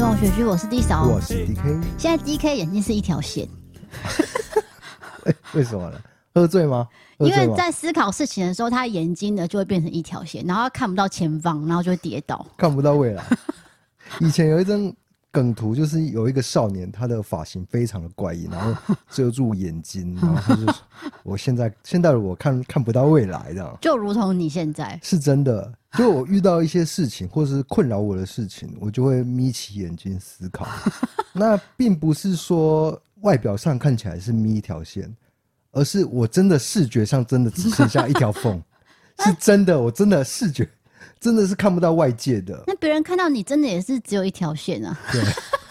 动学区，我是 D 嫂， 我是 DK。 现在 DK 眼睛是一条线， 为什么呢？喝醉吗？ 因为在思考事情的时候，他眼睛呢就会变成一条线，然后他看不到前方，然后就会跌倒， 看不到未来。以前有一张梗图，就是有一个少年，他的发型非常的怪异，然后遮住眼睛，然后他就说：“我现在的我看不到未来，这样。” 就如同你现在是真的。就我遇到一些事情，或是困扰我的事情，我就会眯起眼睛思考。那并不是说外表上看起来是眯一条线，而是我真的视觉上真的只剩下一条缝，是真的，我真的视觉真的是看不到外界的。 那别人看到你真的也是只有一条线啊， 对，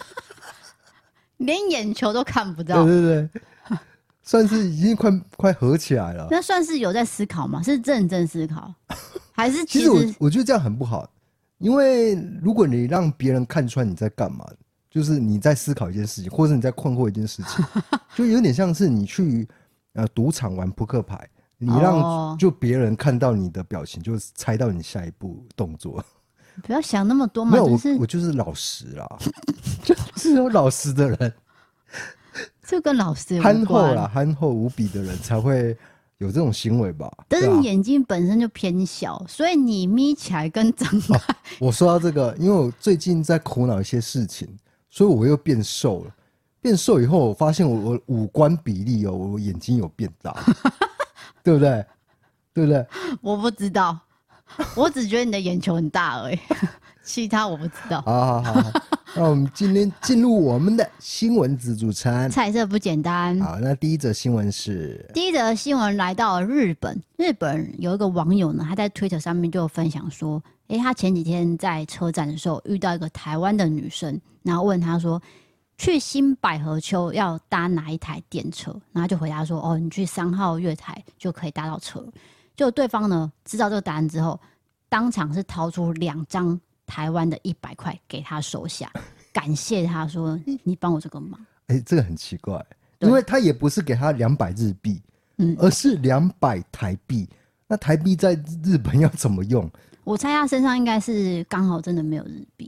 连眼球都看不到。 对对对，算是已经快合起来了。 那算是有在思考吗？是认真思考，还是其实我觉得这样很不好，因为如果你让别人看穿你在干嘛，就是你在思考一件事情，或者你在困惑一件事情，就有点像是你去赌场玩扑克牌，你让就别人看到你的表情，就猜到你下一步动作。 不要想那么多嘛。 没有，我就是老实啦，就只有老实的人， 这跟老实有憨厚啦，憨厚无比的人才会有这种行为吧。 但是你眼睛本身就偏小，所以你眯起来跟张开。 我说到这个，因为我最近在苦恼一些事情，所以我又变瘦了。变瘦以后，我发现我五官比例我眼睛有变大，对不对？对不对？ 我不知道，我只觉得你的眼球很大而已，其他我不知道。 好，那我们今天进入我们的新闻自助餐。 菜色不简单。 好，那第一则新闻来到了日本，日本有一个网友呢，他在 Twitter 上面就有分享说，他前几天在车站的时候遇到一个台湾的女生，然后问他说，去新百合丘要搭哪一台电车？然后他就回答说，你去3号月台就可以搭到车。就对方呢知道这个答案之后，当场是掏出2张台湾的100块给他收下，感谢他说你帮我这个忙。 这个很奇怪，因为他也不是给他200日币，而是200台币。那台币在日本要怎么用？ 我猜他身上应该是刚好真的没有日币。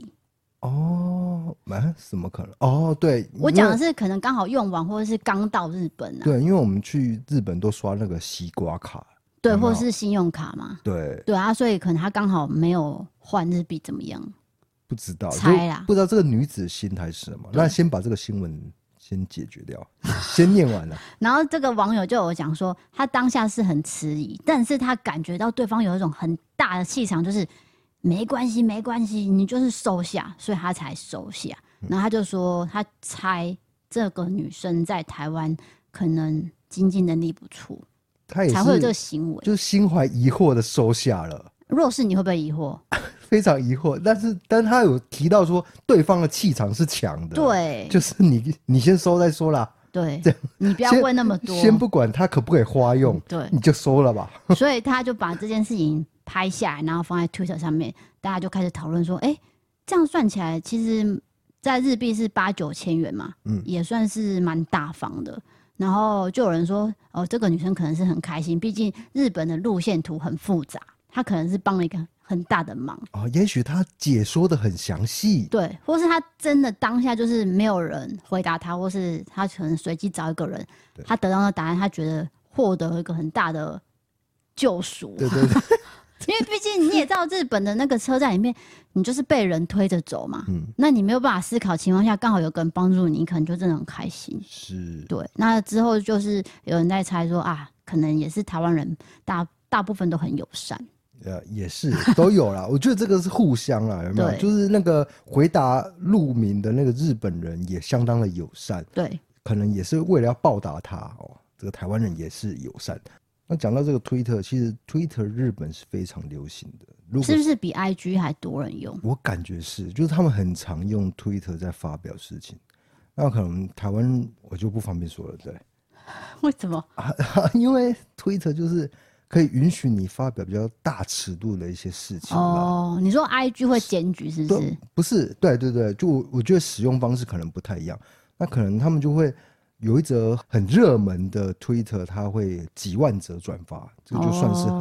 怎么可能？对， 我讲的是可能刚好用完，或者是刚到日本啊。 对，因为我们去日本都刷那个西瓜卡， 对，或者是信用卡嘛。 对啊，所以可能他刚好没有换日币，怎么样？ 不知道， 猜啦， 不知道这个女子的心态是什么。那先把这个新闻先解决掉，先念完了。 然后这个网友就有讲说，他当下是很迟疑，但是他感觉到对方有一种很大的气场，就是没关系，你就是收下，所以他才收下。然后他就说，他猜这个女生在台湾可能经济能力不错， 他也是才会有这个行为， 就是心怀疑惑的收下了。 如果是你会不会疑惑？ 非常疑惑，但是他有提到说对方的气场是强的， 对， 就是你先收再说啦， 对， 这样你不要问那么多， 先不管他可不可以花用， 对， 你就收了吧。 所以他就把这件事情拍下来，然后放在 Twitter 上面，大家就开始讨论说，这样算起来，其实在日币是8、9千元嘛，也算是蛮大方的。然后就有人说，这个女生可能是很开心，毕竟日本的路线图很复杂，她可能是帮了一个很大的忙。 也许他解说的很详细， 对，或是他真的当下就是没有人回答他，或是他可能随机找一个人，他得到的答案，他觉得获得一个很大的救赎。 对因为毕竟你也知道，日本的那个车站里面，你就是被人推着走嘛，那你没有办法思考的情况下，刚好有个人帮助你，可能就真的很开心。 是， 对。那之后就是有人在猜说可能也是台湾人大部分都很友善。 也是都有啦。我觉得这个是互相啦，有没有？就是那个回答路名的那个日本人也相当的友善， 对， 可能也是为了要报答他这个台湾人也是友善。那讲到这个 Twitter， 其实 Twitter 日本是非常流行的， 是不是比 IG 还多人用？ 我感觉是，就是他们很常用 Twitter 在发表事情。那可能台湾我就不方便说了，对？ 为什么？ 因为 Twitter 就是可以允许你发表比较大尺度的一些事情。 你说 IG 会检举是不是？ 不是，对，就我觉得使用方式可能不太一样。那可能他们就会有一则很热门的 Twitter， 它会几万则转发，这个就算是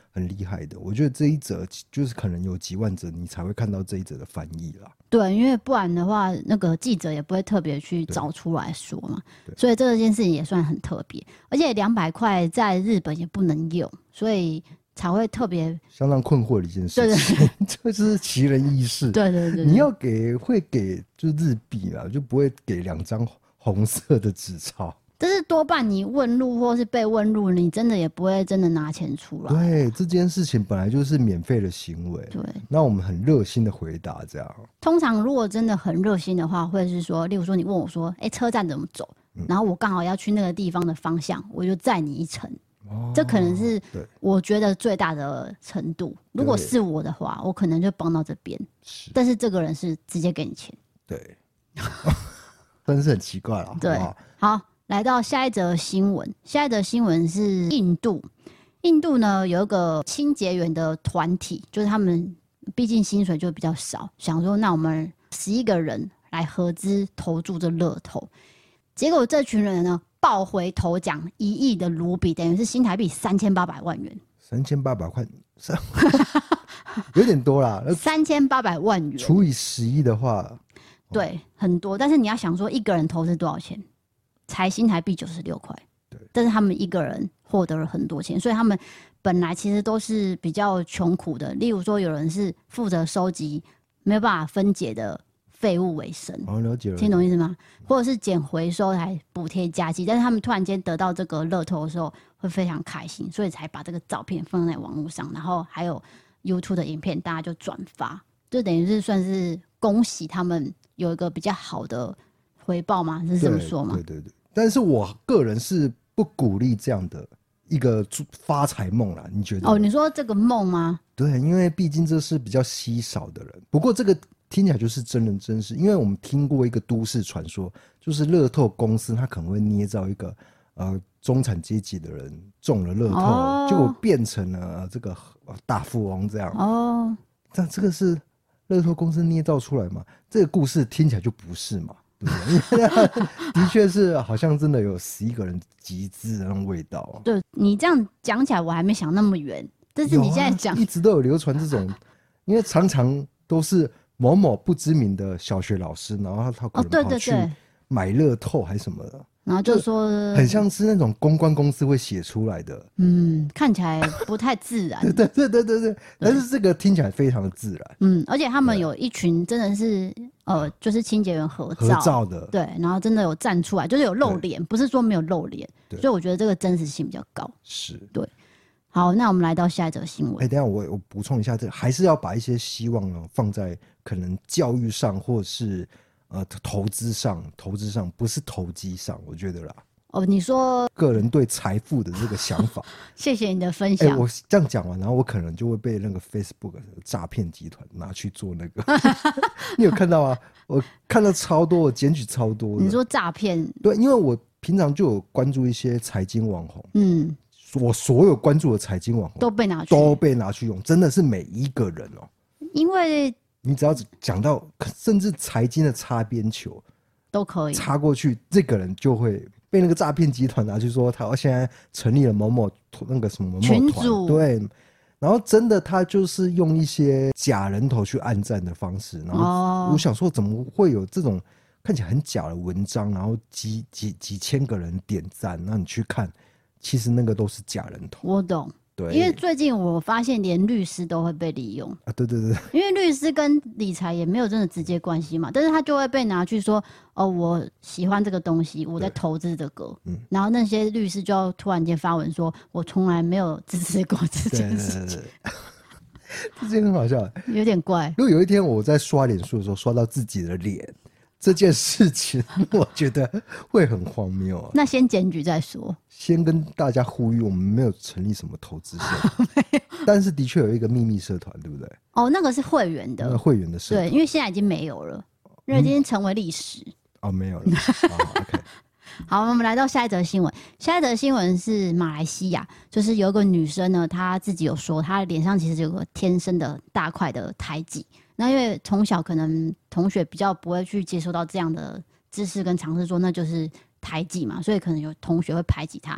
很厉害的。我觉得这一则就是可能有几万则你才会看到这一则的翻译啦。 对，因为不然的话，那个记者也不会特别去找出来说嘛，所以这件事情也算很特别。而且200块在日本也不能用，所以才会特别相当困惑的一件事情，这就是奇人异事。 对对 对， 你要会给就日币啦，就不会给2张红色的纸钞。 但是多半你问路或是被问路，你真的也不会真的拿钱出来。 对，这件事情本来就是免费的行为。 对， 那我们很热心的回答这样。 通常如果真的很热心的话，会是说，例如说你问我说，车站怎么走？然后我刚好要去那个地方的方向，我就载你一程。这可能是我觉得最大的程度。如果是我的话，我可能就帮到这边。但是这个人是直接给你钱。 对，真是很奇怪了。 对，好，来到下一则新闻。下一则新闻是印度。印度呢有一个清洁员的团体，就是他们毕竟薪水就比较少，想说那我们11个人来合资投注这乐透。结果这群人呢抱回头奖1亿的卢比，等于是新台币3800万元。 3800块，有点多啦。 3800万元除以11的话， 对，很多。但是你要想说，一个人投资多少钱？才新台币96块。对，但是他们一个人获得了很多钱，所以他们本来其实都是比较穷苦的。例如说，有人是负责收集没有办法分解的废物为生， 了解了， 听懂意思吗？或者是捡回收来补贴家计，但是他们突然间得到这个乐透的时候，会非常开心，所以才把这个照片放在网络上，然后还有 YouTube 的影片，大家就转发，就等于是算是恭喜他们有一个比较好的回报吗？是这么说吗？ 对对对。但是我个人是不鼓励这样的一个发财梦啦，你觉得？ 你说这个梦吗？ 对，因为毕竟这是比较稀少的人。不过这个听起来就是真人真事，因为我们听过一个都市传说，就是乐透公司它可能会捏造一个中产阶级的人中了乐透，结果变成了这个大富翁这样。但这个是乐透公司捏造出来吗？这个故事听起来就不是嘛。对，的确是好像真的有11个人集资的那种味道。 对，你这样讲起来我还没想那么远，但是你现在讲， 一直都有流传这种，因为常常都是某某不知名的小学老师，然后他可能跑去买乐透还是什么的， 然后就说很像是那种公关公司会写出来的， 看起来不太自然。 对，但是这个听起来非常的自然。 而且他们有一群真的是就是清洁员合照的， 对，然后真的有站出来，就是有露脸，不是说没有露脸，所以我觉得这个真实性比较高。 是， 对。好，那我们来到下一则新闻。 等一下我补充一下，这还是要把一些希望呢放在可能教育上，或是投资上，不是投机上，我觉得啦。 你说个人对财富的这个想法。 谢谢你的分享。 我这样讲完，然后我可能就会被那个 Facebook 的诈骗集团拿去做那个。你有看到吗？我看到超多，我检举超多的。 你说诈骗？ 对，因为我平常就有关注一些财经网红。我所有关注的财经网红都被拿去用， 真的是每一个人哦。 因为你只要讲到甚至财经的擦边球都可以插过去，这个人就会被那个诈骗集团拿去说他现在成立了某某那个什么某某群组， 对，然后真的他就是用一些假人头去按赞的方式，然后我想说怎么会有这种看起来很假的文章，然后几千个人点赞，那你去看。其实那个都是假人头， 我懂。 对， 因为最近我发现连律师都会被利用啊，对， 因为律师跟理财也没有真的直接关系嘛，但是他就会被拿去说，我喜欢这个东西，我在投资这个，然后那些律师就要突然间发文说，我从来没有支持过这件事情， 这件很好笑， 有点怪。 如果有一天我在刷脸书的时候刷到自己的脸。这件事情我觉得会很荒谬啊！ 那先检举再说。 先跟大家呼吁，我们没有成立什么投资社团，但是的确有一个秘密社团，对不对？ 那个是会员的， 会员的社团， 对，因为现在已经没有了，因为已经成为历史。 没有了。OK。 好，我们来到下一则新闻。下一则新闻是马来西亚，就是有一个女生呢，她自己有说，她脸上其实有个天生的大块的胎记。那因为从小可能同学比较不会去接受到这样的知识跟尝试说那就是胎记嘛，所以可能有同学会排挤她，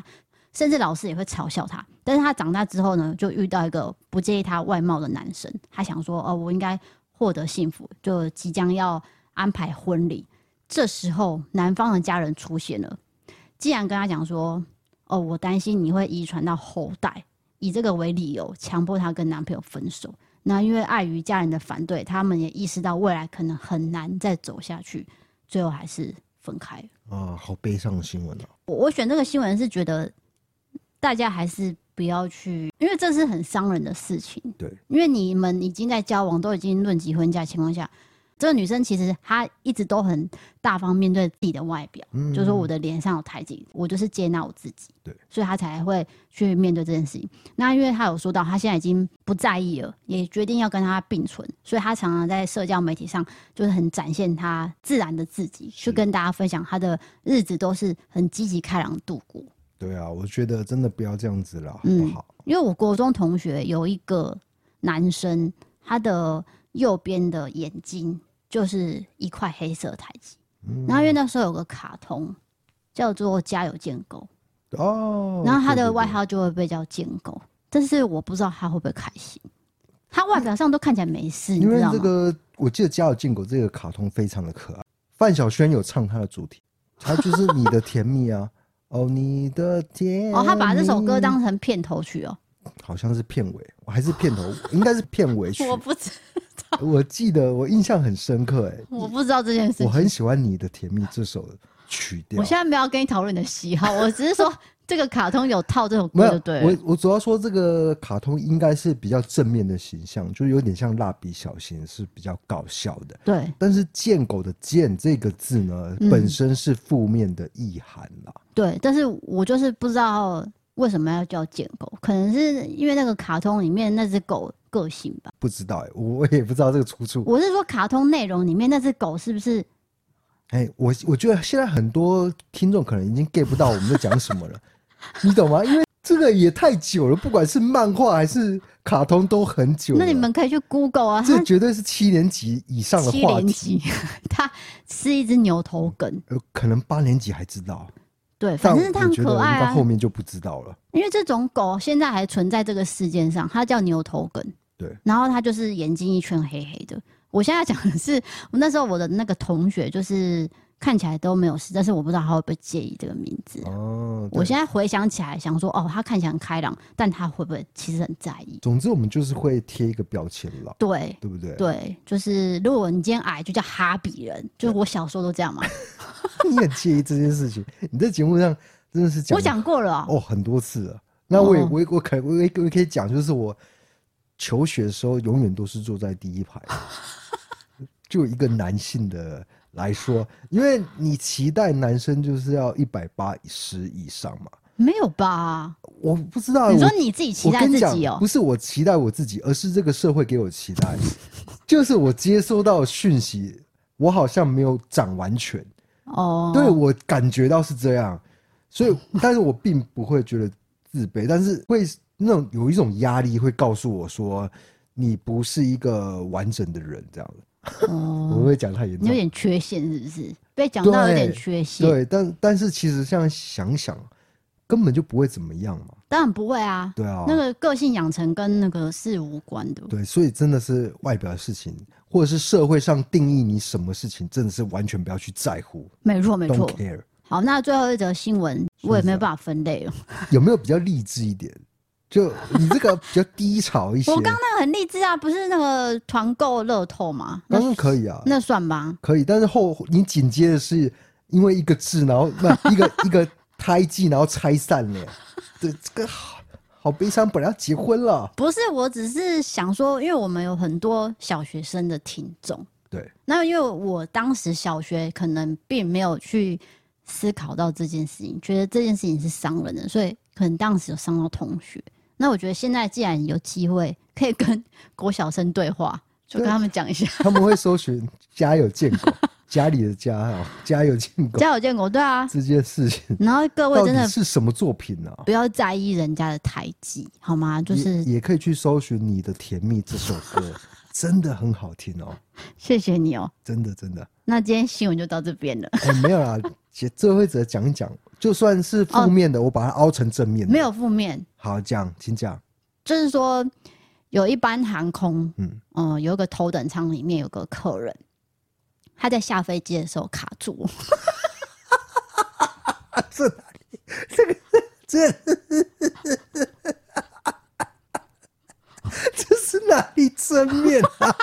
甚至老师也会嘲笑他。但是他长大之后呢，就遇到一个不介意他外貌的男生，他想说我应该获得幸福，就即将要安排婚礼。这时候男方的家人出现了，既然跟他讲说我担心你会遗传到后代，以这个为理由强迫他跟男朋友分手。那因为碍于家人的反对，他们也意识到未来可能很难再走下去，最后还是分开了。 啊，好悲伤的新闻啊！ 我选这个新闻是觉得大家还是不要去，因为这是很伤人的事情。 对， 因为你们已经在交往，都已经论及婚嫁的情况下，这个女生其实她一直都很大方面对自己的外表，就是说我的脸上有胎记，我就是接纳我自己， 对， 所以她才会去面对这件事情。那因为她有说到，她现在已经不在意了，也决定要跟她并存，所以她常常在社交媒体上就是很展现她自然的自己，去跟大家分享她的日子都是很积极开朗度过。 对啊，我觉得真的不要这样子了，好不好？ 因为我国中同学有一个男生，他的右边的眼睛就是一块黑色胎记，然后因为那时候有个卡通叫做《家有贱狗》 哦， 然后他的对对对外号就会被叫贱狗，但是我不知道他会不会开心。他外表上都看起来没事，你因为知道吗？ 这个，我记得《家有贱狗》这个卡通非常的可爱，范晓萱有唱他的主题，他就是你的甜蜜啊，哦，你的甜蜜， 他把这首歌当成片头曲哦， 好像是片尾，还是片头，应该是片尾曲。 我不知我记得我印象很深刻， 我不知道这件事情。 我很喜欢《你的甜蜜》这首曲调。 我现在没有跟你讨论你的喜好，我只是说这个卡通有套这首没有歌就对了。 我主要说这个卡通应该是比较正面的形象，就有点像蜡笔小新，是比较搞笑的。 对， 但是贱狗的贱这个字呢，本身是负面的意涵啦。 对，但是我就是不知道为什么要叫贱狗，可能是因为那个卡通里面那只狗个性吧。 不知道我也不知道这个出处。 我是说卡通内容里面那只狗是不是？ 我觉得现在很多听众可能已经 get 不到我们在讲什么了，你懂吗？因为这个也太久了，不管是漫画还是卡通都很久了。 那你们可以去 Google 啊， 这绝对是7年级以上的话 7年题。 级，它是一只牛头梗。 可能8年级还知道， 对，反正是它很但我觉得可爱啊。 应该后面就不知道了。 因为这种狗现在还存在这个世界上，它叫牛头梗。 对， 然后它就是眼睛一圈黑黑的。我现在讲的是，我那时候我的那个同学就是看起来都没有事，但是我不知道他会不会介意这个名字。 哦， 我现在回想起来，想说他看起来很开朗，但他会不会其实很在意？ 总之我们就是会贴一个标签了， 对， 对不对？ 对，就是如果你今天矮，就叫哈比人，就是我小时候都这样嘛。 你很介意这件事情，你在节目上真的是讲， 我讲过了很多次了。那我可以讲，就是我求学的时候永远都是坐在第一排，就一个男性的来说，因为你期待男生就是要180以上嘛。 没有吧？ 我不知道。 你说你自己期待自己不是我期待我自己，而是这个社会给我期待。就是我接收到讯息，我好像没有长完全。对，我感觉到是这样，所以，但是我并不会觉得自卑，但是会那种有一种压力会告诉我说，你不是一个完整的人，这样子。我不会讲太严重， 你有点缺陷是不是？被讲到有点缺陷。 对，但是其实这样想想，根本就不会怎么样嘛。 当然不会啊。 对啊， 那个个性养成跟那个是无关的。 对，所以真的是外表的事情，或者是社会上定义你什么事情，真的是完全不要去在乎。 没错，没错。 Don't care。 好，那最后一则新闻我也没有办法分类了。 有没有比较励志一点？就你这个比较低潮一些。 我刚那个很励志啊，不是那个团购乐透吗？ 当然可以啊， 那算吧。 可以，但是你紧接着是因为一个字，然后一个胎记，然后拆散了。对，这个好悲伤，本来要结婚了。 不是，我只是想说，因为我们有很多小学生的听众。 对。 那因为我当时小学可能并没有去思考到这件事情，觉得这件事情是伤人的，所以可能当时有伤到同学。那我觉得现在既然有机会可以跟国小生对话，就跟他们讲一下。 他们会搜寻家有贱狗，家里的家有贱狗， 家有贱狗，对啊， 这件事情。 然后各位真的是什么作品呢？ 不要在意人家的胎记，好吗？就是也可以去搜寻《你的甜蜜》这首歌，真的很好听哦。 谢谢你哦， 真的。 那今天新闻就到这边了。 没有啦，最后一则讲一讲就算是负面的，我把它凹成正面的。 没有负面。 好，讲，请讲。 就是说，有一班航空，有一个头等舱里面有个客人，他在下飞机的时候卡住。 这哪里？这是哪里正面啊？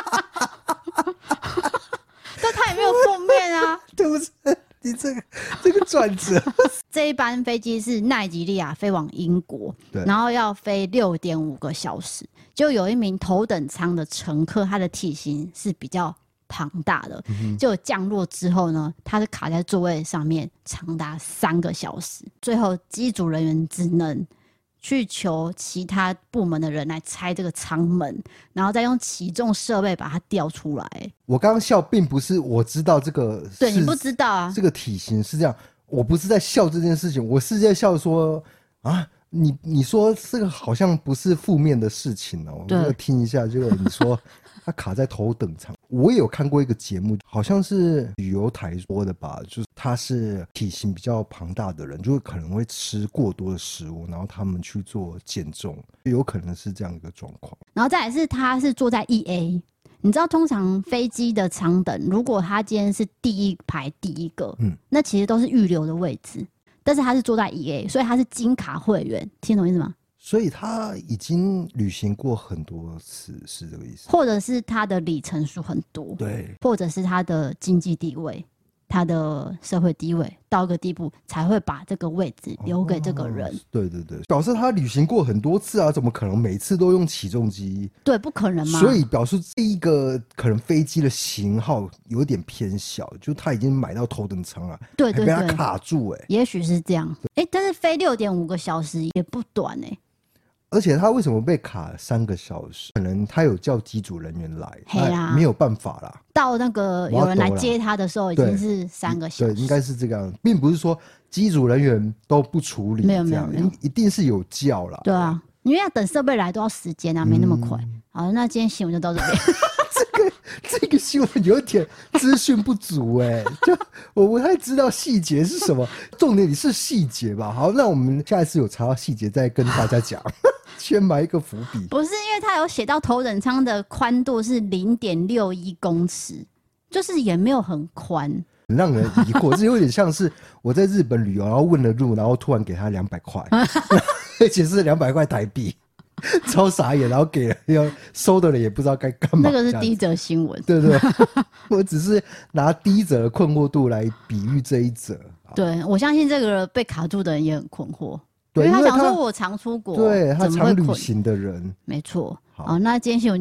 但他也没有负面啊。 对不起，你这个转折。 这一班飞机是奈及利亚飞往英国，然后要飞6.5个小时。就有一名头等舱的乘客，他的体型是比较庞大的，就降落之后呢，他是卡在座位上面长达3个小时。最后机组人员只能去求其他部门的人来拆这个舱门，然后再用起重设备把它调出来。 我刚刚笑并不是我知道这个， 对，你不知道啊， 这个体型是这样，我不是在笑这件事情，我是在笑说啊，你说这个好像不是负面的事情哦，我要听一下。结果你说他卡在头等舱，我也有看过一个节目，好像是旅游台说的吧，就是他是体型比较庞大的人，就可能会吃过多的食物，然后他们去做减重，有可能是这样一个状况。 然后再来是他是坐在 EA， 你知道通常飞机的舱等，如果他今天是第一排第一个，那其实都是预留的位置，但是他是坐在 EA， 所以他是金卡会员，听懂意思吗？ 所以他已经旅行过很多次，是这个意思？ 或者是他的里程数很多， 对， 或者是他的经济地位、他的社会地位到一个地步，才会把这个位置留给这个人。 对对对，表示他旅行过很多次啊，怎么可能每次都用起重机？ 对，不可能嘛。 所以表示这一个可能飞机的型号有点偏小，就他已经买到头等舱了， 对对对， 还被他卡住也许是这样。但是飞6.5个小时也不短而且他为什么被卡3个小时？可能他有叫机组人员来，没有办法啦。 到那个有人来接他的时候，已经是3个小时。 对，应该是这个样子，并不是说机组人员都不处理，没有，一定是有叫啦。 对啊，因为要等设备来都要时间啊，没那么快。好，那今天新闻就到这边。 这个新闻有点资讯不足就我不太知道细节是什么，重点是细节吧。好，那我们下一次有查到细节再跟大家讲。先埋一个伏笔。 不是，因为他有写到头等舱的宽度是0.61公尺，就是也没有很宽， 很让人疑惑。这有点像是我在日本旅游，然后问了路，然后突然给他200块，而且是200块台币，超傻眼，然后给了要收的人也不知道该干嘛。 那个是第一则新闻， 对对对，我只是拿第一则的困惑度来比喻这一则。 对，我相信这个被卡住的人也很困惑。 对， 因为他想说我常出国， 对，他常旅行的人， 没错。好，那今天新闻就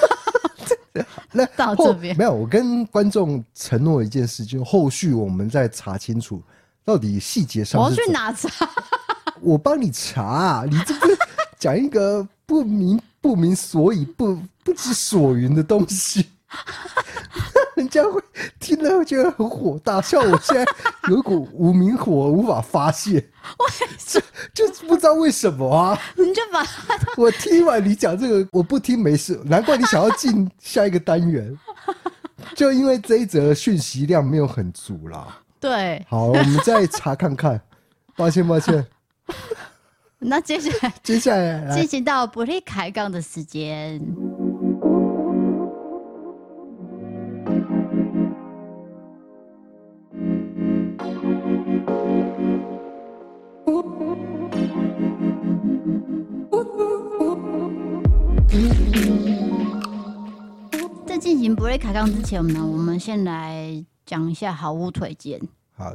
到这边。 没有，我跟观众承诺一件事，就是后续我们再查清楚到底细节上。 我要去哪查？ 我帮你查，你这不讲一个不明所以、不知所云的东西。人家会听了会觉得很火大，像我现在有一股无名火无法发泄，就不知道为什么啊！ 你就把我听完你讲这个，我不听没事，难怪你想要进下一个单元，就因为这一则讯息量没有很足啦。 对， 好，我们再查看看。抱歉。 那接下来进行到不利开杠的时间。在进行不利开杠之前呢，我们先来讲一下好物推荐。 好，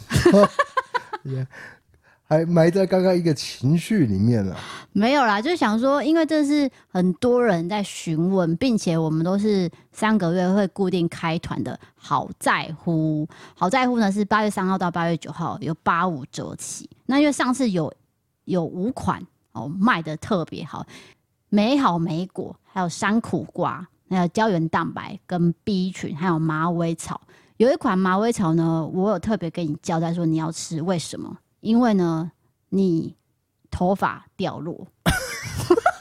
还埋在刚刚一个情绪里面了。 没有啦，就想说，因为这是很多人在询问，并且我们都是3个月会固定开团的好在乎。好在乎呢是8月3号到8月9号有85折起。那因为上次有5款卖的特别好，美好莓果，还有山苦瓜，还有胶原蛋白跟 B 群，还有马尾草。有一款马尾草呢，我有特别跟你交代说你要吃，为什么？因为呢，你头发掉落。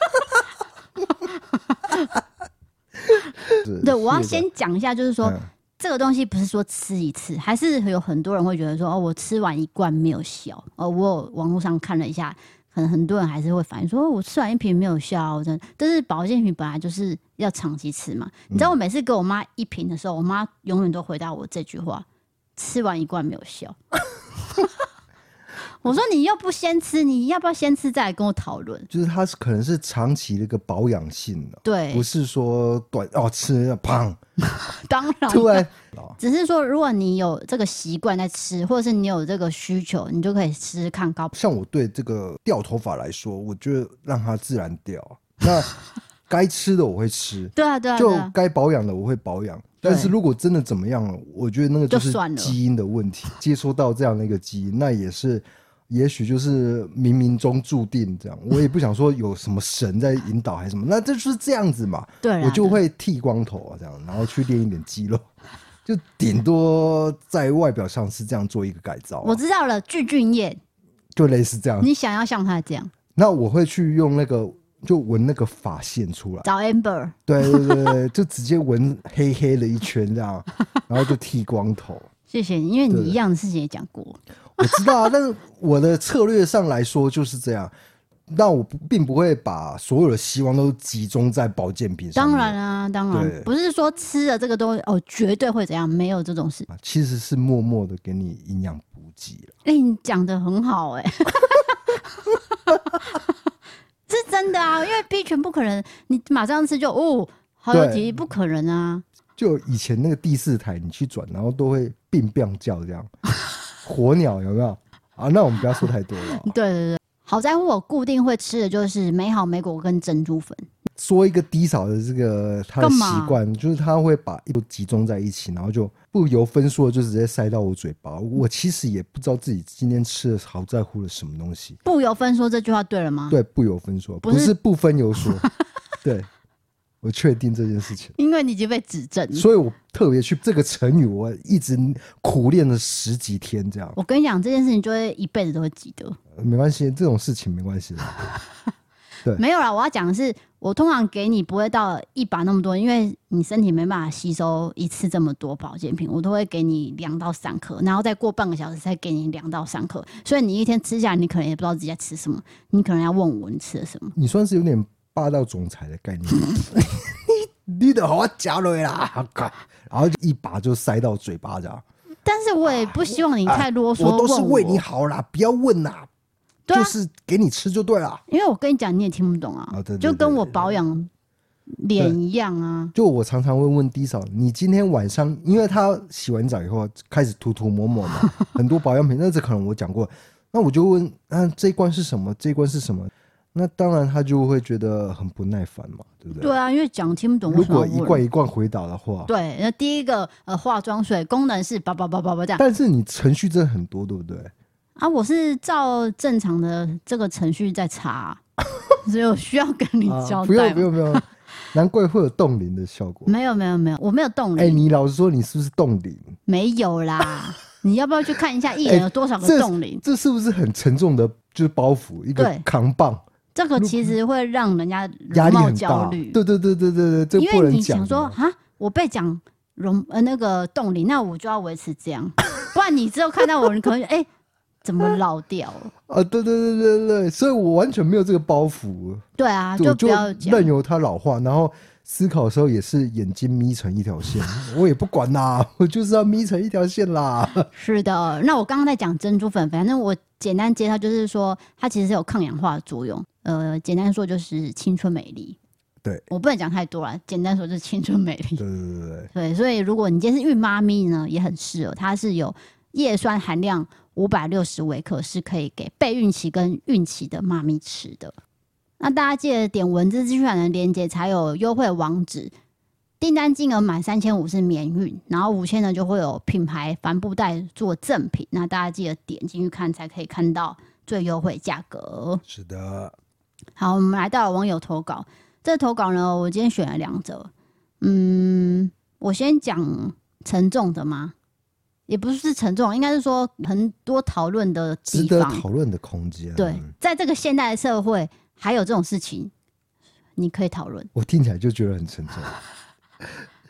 对，我要先讲一下，就是说， 这个东西不是说吃一次，还是有很多人会觉得说，我吃完一罐没有效。我有网络上看了一下，可能很多人还是会反映说，我吃完一瓶没有效。但是保健品本来就是要长期吃嘛。你知道我每次给我妈一瓶的时候，我妈永远都回答我这句话：吃完一罐没有效。我说你又不先吃，你要不要先吃再来跟我讨论？ 就是它可能是长期的一个保养性的， 对， 不是说短吃了胖。 当然， 对， 只是说如果你有这个习惯在吃，或者是你有这个需求，你就可以试试看高。 像我对这个掉头发来说，我觉得让它自然掉。那该吃的我会吃， 对啊， 就该保养的我会保养。但是如果真的怎么样了，我觉得那个就是基因的问题，接收到这样的一个基因，那也许就是冥冥中注定这样。我也不想说有什么神在引导还是什么，那这就是这样子嘛。 对， 我就会剃光头啊，这样，然后去练一点肌肉，就顶多在外表上是这样做一个改造。 我知道了，具俊晔就类似这样。 你想要像他这样， 那我会去用那个。就纹那个发线出来， 找 Amber， 对，就直接纹黑黑的一圈这样，然后就剃光头。 谢谢你，因为你一样的事情也讲过。 我知道啊，但是我的策略上来说就是这样。但我并不会把所有的希望都集中在保健品上面。 当然啊，当然不是说吃了这个东西绝对会怎样，没有这种事。 其实是默默的给你营养补给了。 你讲得很好是真的啊，因为 B 群不可能，你马上吃就好有体力，不可能啊。 就以前那个第4台你去转，然后都会并叫这样，火鸟有没有啊？那我们不要说太多了。 对，好在乎我固定会吃的就是美好莓果跟珍珠粉。 说一个低嫂的这个他的习惯，就是他会把一都集中在一起，然后就不由分说的就直接塞到我嘴巴。我其实也不知道自己今天吃了好在乎了什么东西。 不由分说这句话对了吗？ 对，不由分说，不是不分有说。对，我确定这件事情， 因为你已经被指正， 所以我特别去这个成语，我一直苦练了10几天这样。 我跟你讲，这件事情就会一辈子都会记得。 没关系，这种事情没关系的。对， 没有啦，我要讲的是，我通常给你不会到1把那么多，因为你身体没办法吸收一次这么多保健品，我都会给你2到3颗，然后再过半个小时再给你2到3颗，所以你一天吃下来，你可能也不知道自己在吃什么，你可能要问我你吃了什么。 你算是有点霸道总裁的概念。你的好夹了啦，然后一把就塞到嘴巴这样。 但是我也不希望你太啰嗦， 我都是为你好啦，不要问啦。 对啊， 就是给你吃就对了， 因为我跟你讲你也听不懂啊， 对， 就跟我保养脸一样啊。 就我常常会问低嫂，你今天晚上，因为他洗完澡以后开始涂抹嘛，很多保养品，那这可能我讲过，那我就问，这一罐是什么？这一罐是什么？那当然他就会觉得很不耐烦嘛，对不对？ 对啊，因为讲听不懂。 如果一罐一罐回答的话， 对，那第一个化妆水功能是叭这样， 但是你程序真的很多，对不对？ 啊，我是照正常的这个程序在查，所以我需要跟你交代。 不用，难怪会有冻龄的效果。 没有，我没有冻龄。 你老实说，你是不是冻龄？ 没有啦，你要不要去看一下艺人有多少个冻龄？ 这是不是很沉重的，就是包袱一个扛棒？ 这个其实会让人家压力很焦虑。 对，这因为你想说啊， 我被讲那个冻龄，那我就要维持这样，不然你之后看到我，你可能怎么老掉了啊？对，所以我完全没有这个包袱。 对啊，就不要讲， 任由它老化，然后思考的时候也是眼睛眯成一条线，我也不管啦，我就是要眯成一条线啦。 是的，那我刚刚在讲珍珠粉，反正我简单介绍就是说，它其实是有抗氧化的作用。简单说就是青春美丽。 对， 我不能讲太多了，简单说就是青春美丽。 对， 所以如果你今天是孕妈咪呢，也很适合，它是有叶酸含量560微克，是可以给备孕期跟孕期的妈咪吃的。那大家记得点文字资讯栏的连结才有优惠网址，订单金额满3500是免运，然后5000呢就会有品牌帆布袋做赠品。那大家记得点进去看，才可以看到最优惠价格。 是的。 好，我们来到了网友投稿。这投稿呢，我今天选了2则。我先讲沉重的吗？也不是沉重，应该是说很多讨论的地方， 值得讨论的空间。 对，在这个现代的社会，还有这种事情，你可以讨论。 我听起来就觉得很沉重。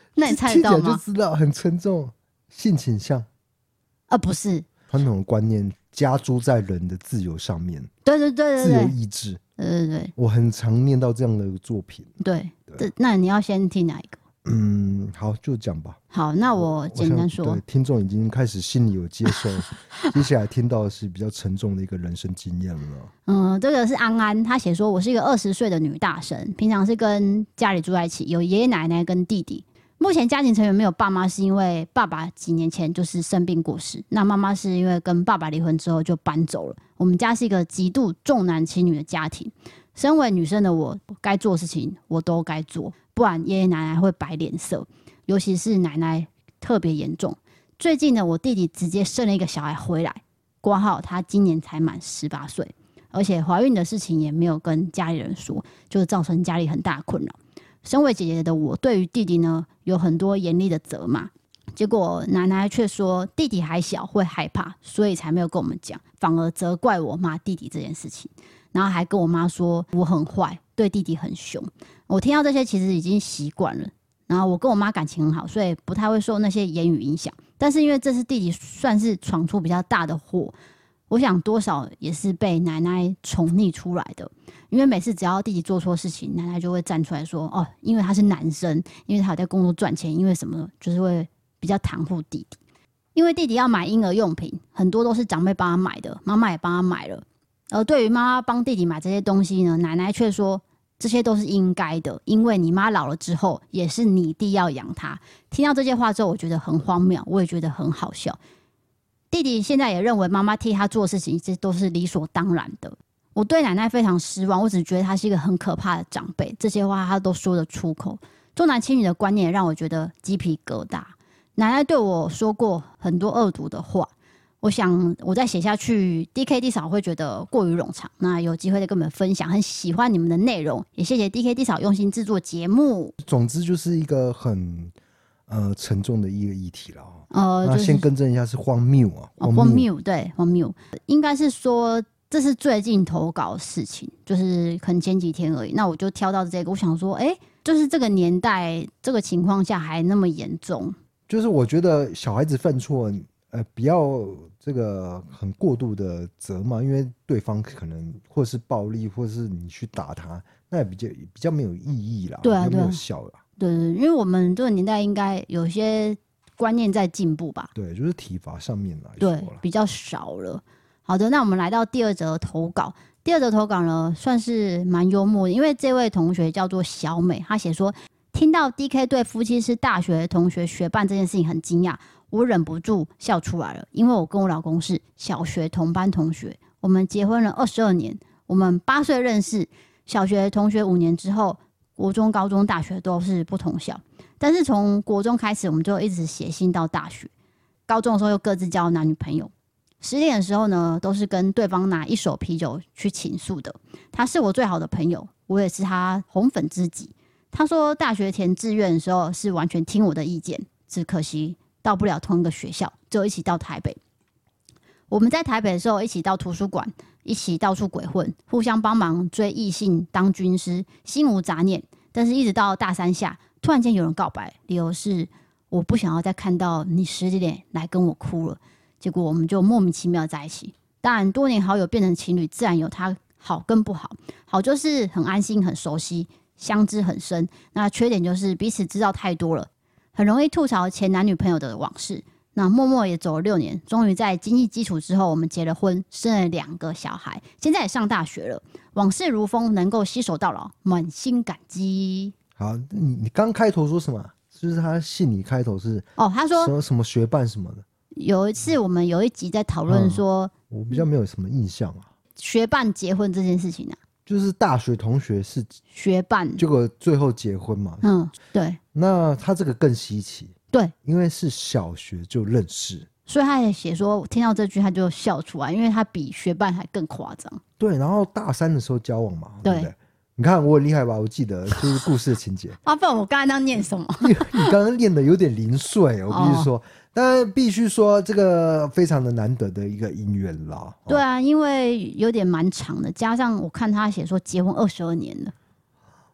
那你猜得到听起来就吗？ 知道很沉重，性倾向。 不是， 传统的观念加诸在人的自由上面， 对对对对自由对意志。 对对我很常念到这样的作品。 对对，那你要先听哪一个？ 好，就讲吧。 好，那我简单说对，听众已经开始心里有接受，接下来听到的是比较沉重的一个人生经验了。 这个是安安，他写说我是一个20岁的女大生，平常是跟家里住在一起，有爷爷奶奶跟弟弟。目前家庭成员没有爸妈，是因为爸爸几年前就是生病过世，那妈妈是因为跟爸爸离婚之后就搬走了。我们家是一个极度重男轻女的家庭，身为女生的我，该做的事情我都该做，不然爷爷奶奶会摆脸色，尤其是奶奶特别严重。最近呢，我弟弟直接生了一个小孩回来，挂号他今年才满18岁，而且怀孕的事情也没有跟家里人说，就造成家里很大的困扰。身为姐姐的我，对于弟弟呢有很多严厉的责骂，结果奶奶却说弟弟还小会害怕，所以才没有跟我们讲，反而责怪我骂弟弟这件事情，然后还跟我妈说我很坏，对弟弟很凶。我听到这些其实已经习惯了，然后我跟我妈感情很好，所以不太会受那些言语影响。但是因为这次弟弟算是闯出比较大的祸，我想多少也是被奶奶宠溺出来的。因为每次只要弟弟做错事情，奶奶就会站出来说：“哦，因为他是男生，因为他有在工作赚钱，因为什么，就是会比较袒护弟弟。因为弟弟要买婴儿用品，很多都是长辈帮他买的，妈妈也帮他买了。而对于妈妈帮弟弟买这些东西呢，奶奶却说这些都是应该的，因为你妈老了之后，也是你弟要养他。”听到这些话之后，我觉得很荒谬，我也觉得很好笑。弟弟现在也认为妈妈替他做事情，这都是理所当然的。我对奶奶非常失望，我只觉得她是一个很可怕的长辈，这些话她都说得出口。重男轻女的观念也让我觉得鸡皮疙瘩。奶奶对我说过很多恶毒的话，我想我再写下去 ，DK 嫂会觉得过于冗长。那有机会再跟你们分享，很喜欢你们的内容，也谢谢 DK 嫂用心制作节目。 总之就是一个很沉重的一个议题了。那就是先更正一下，是荒谬啊， 荒谬，对，荒谬，应该是说。这是最近投稿的事情，就是可能前几天而已。那我就挑到这个，我想说，就是这个年代这个情况下还那么严重。 就是我觉得小孩子犯错，不要这个很过度的责骂，因为对方可能或是暴力，或是你去打他，那也比较没有意义啦， 对啊， 没有效啦。 对，因为我们这个年代应该有些观念在进步吧？ 对，就是体罚上面来说对，比较少了。好的，那我们来到第二则投稿。第二则投稿呢，算是蛮幽默的，因为这位同学叫做小美，她写说，听到 DK 对夫妻是大学同学学伴这件事情很惊讶，我忍不住笑出来了，因为我跟我老公是小学同班同学，我们结婚了22年，我们8岁认识，小学同学5年之后，国中、高中、大学都是不同校，但是从国中开始，我们就一直写信到大学，高中的时候又各自交男女朋友。失恋的时候呢，都是跟对方拿1手啤酒去倾诉的。他是我最好的朋友，我也是他红粉知己。他说大学填志愿的时候是完全听我的意见，只可惜到不了同一个学校，只有一起到台北。我们在台北的时候一起到图书馆，一起到处鬼混，互相帮忙追异性当军师，心无杂念。但是一直到大3下，突然间有人告白，理由是我不想要再看到你10点来跟我哭了。结果我们就莫名其妙在一起。当然，多年好友变成情侣，自然有它好跟不好。好就是很安心、很熟悉，相知很深。那缺点就是彼此知道太多了，很容易吐槽前男女朋友的往事。那默默也走了6年，终于在经济基础之后，我们结了婚，生了2个小孩，现在也上大学了。往事如风，能够携手到老，满心感激。 好，你刚开头说什么？就是他信里开头是他说什么学伴什么的。 有一次我们有一集在讨论说， 我比较没有什么印象啊。 学伴结婚这件事情啊， 就是大学同学是学伴， 结果最后结婚嘛。 对。 那他这个更稀奇， 对， 因为是小学就认识， 所以他也写说，听到这句他就笑出来，因为他比学伴还更夸张。 对，然后大3的时候交往嘛， 对不对？你看我很厉害吧？我记得就是故事的情节。 不然我刚才那念什么？ 你刚刚念的有点零碎，我必须说。当然必须说，这个非常的难得的一个姻缘啦。 对啊，因为有点蛮长的，加上我看他写说结婚22年了。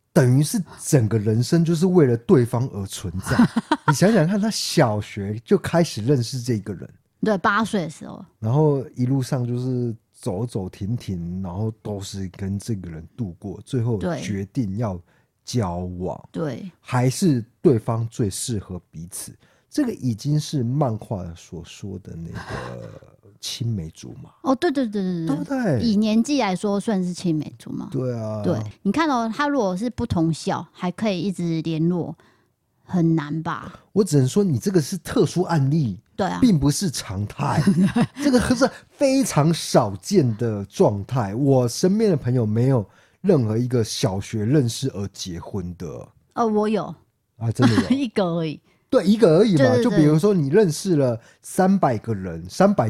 等于是整个人生就是为了对方而存在。你想想看，他小学就开始认识这个人， 对，8岁的时候， 然后一路上就是走走停停，然后都是跟这个人度过，最后对决定要交往， 对还是对方最适合彼此。这个已经是漫画所说的那个青梅竹马。 哦，对对对对对不对以年纪来说算是青梅竹马。 对啊， 对，你看哦，他如果是不同校，还可以一直联络，很难吧？ 我只能说你这个是特殊案例， 对啊， 并不是常态，这个是非常少见的状态。我身边的朋友没有任何一个小学认识而结婚的我有啊，真的有一个而已。 对，一个而已嘛。 对对对就比如说你认识了300个人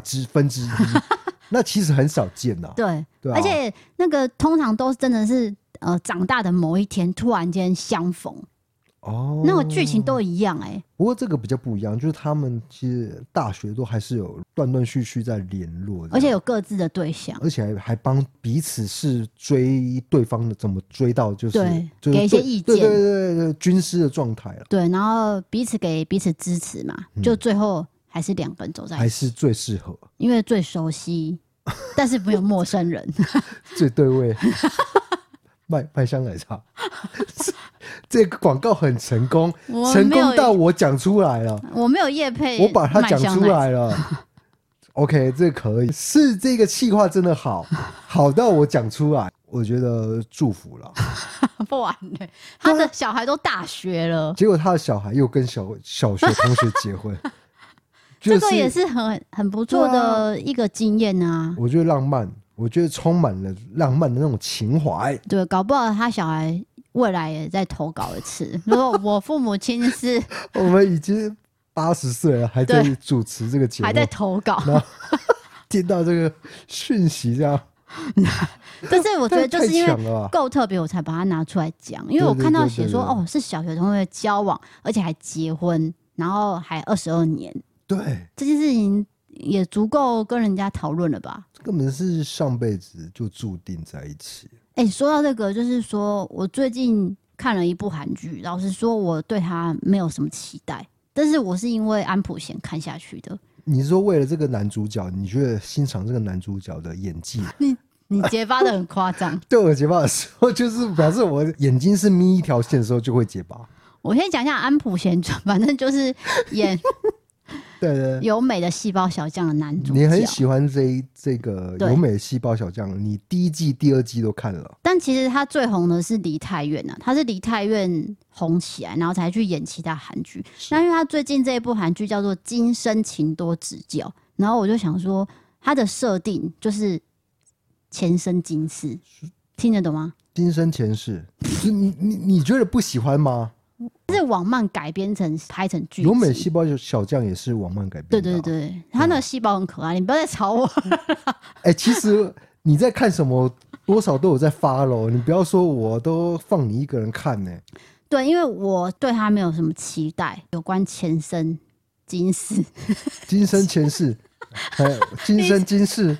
，300%，那其实很少见呐、 对， 对啊而且那个通常都真的是长大的某一天突然间相逢， 哦， 那个剧情都一样哎、 不过这个比较不一样，就是他们其实大学都还是有断断续续在联络的， 而且有各自的对象。 而且还帮彼此是追对方的怎么追到，就是对就是给一些意见对对对对，军师的状态了， 对，然后彼此给彼此支持嘛，就最后还是2个人走在一起， 还是最适合、 因为最熟悉，但是没有陌生人。 最对味。麦香奶茶，这个广告很成功，成我没有功到我讲出来了， 我没有业配， 我把它讲出来了。OK， 这可以，是这个企划真的好，好到我讲出来，我觉得祝福了。 不玩了，他的小孩都大学了， 结果他的小孩又跟小学同学结婚， 这个也是很不错的一个经验啊。 我觉得浪漫，我觉得充满了浪漫的那种情怀。 对，搞不好他小孩未来也在投稿一次。如果我父母亲是我们已经80岁了，还在主持这个节目， 还在投稿， 然后听到这个讯息，这样。 但是我觉得就是因为太强了吧够特别，我才把它拿出来讲。因为我看到写说，哦，是小学同学交往，而且还结婚，然后还22年， 对， 这件事情也足够跟人家讨论了吧？ 根本是上辈子就注定在一起。 哎，说到这个，就是说我最近看了一部韩剧，老实说，我对他没有什么期待，但是我是因为安普贤看下去的。 你是说为了这个男主角，你觉得欣赏这个男主角的演技？ 你结巴的很夸张。 对我结巴的时候，就是表示我眼睛是眯一条线的时候就会结巴。 我先讲一下安普贤传，反正就是演对对， 有美的细胞小将的男主角。 你很喜欢这个对有美的细胞小将，你第1季、第2季都看了。 但其实他最红的是梨泰院啊，他是梨泰院红起来，然后才去演其他韩剧。那因为他最近这一部韩剧叫做《今生情多指教》，然后我就想说，他的设定就是前生今世，听得懂吗？ 今生前世，你觉得不喜欢吗？ 是网漫改编成拍成剧集， 有美细胞小将也是网漫改编对的啊。 对对，他那个细胞很可爱，你不要再吵我。 哎、其实你在看什么，多少都有在follow，你不要说我都放你一个人看呢、 对，因为我对他没有什么期待，有关前生今世。 今生前世，还有今生今世。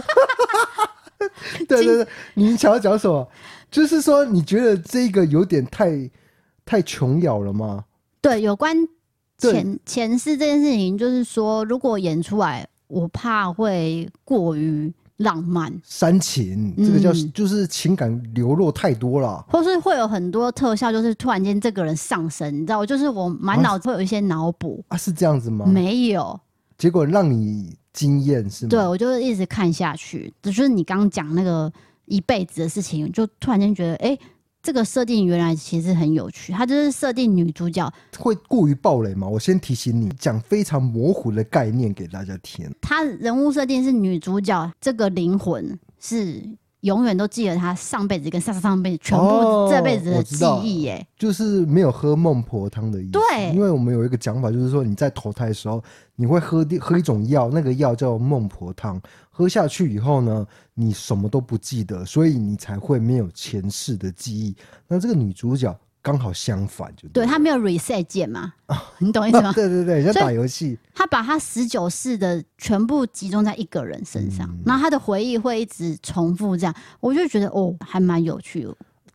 对对对，你想要讲什么？就是说，你觉得这个有点太琼瑶了吗？ 对，有关对前世这件事情，就是说，如果演出来，我怕会过于浪漫， 煽情，这个叫、就是情感流露太多了。 或是会有很多特效，就是突然间这个人上升，你知道，就是我满脑子会有一些脑补。 啊，是这样子吗？ 没有， 结果让你惊艳是吗？ 对我就是一直看下去，就是你刚刚讲那个一辈子的事情，就突然间觉得，哎，这个设定原来其实很有趣。它就是设定女主角， 会过于暴雷吗？我先提醒你，讲非常模糊的概念给大家听。 她人物设定是女主角这个灵魂是永远都记得她上辈子跟上上辈子全部这辈子的记忆耶。 就是没有喝孟婆汤的意思。 对因为我们有一个讲法，就是说你在投胎的时候，你会喝一种药，那个药叫孟婆汤，喝下去以后呢，你什么都不记得，所以你才会没有前世的记忆。那这个女主角刚好相反，就对，她没有 reset 键嘛，你懂意思吗？ 对对对，像打游戏。 她把她19世的全部集中在一个人身上，然后她的回忆会一直重复，这样我就觉得哦，还蛮有趣的。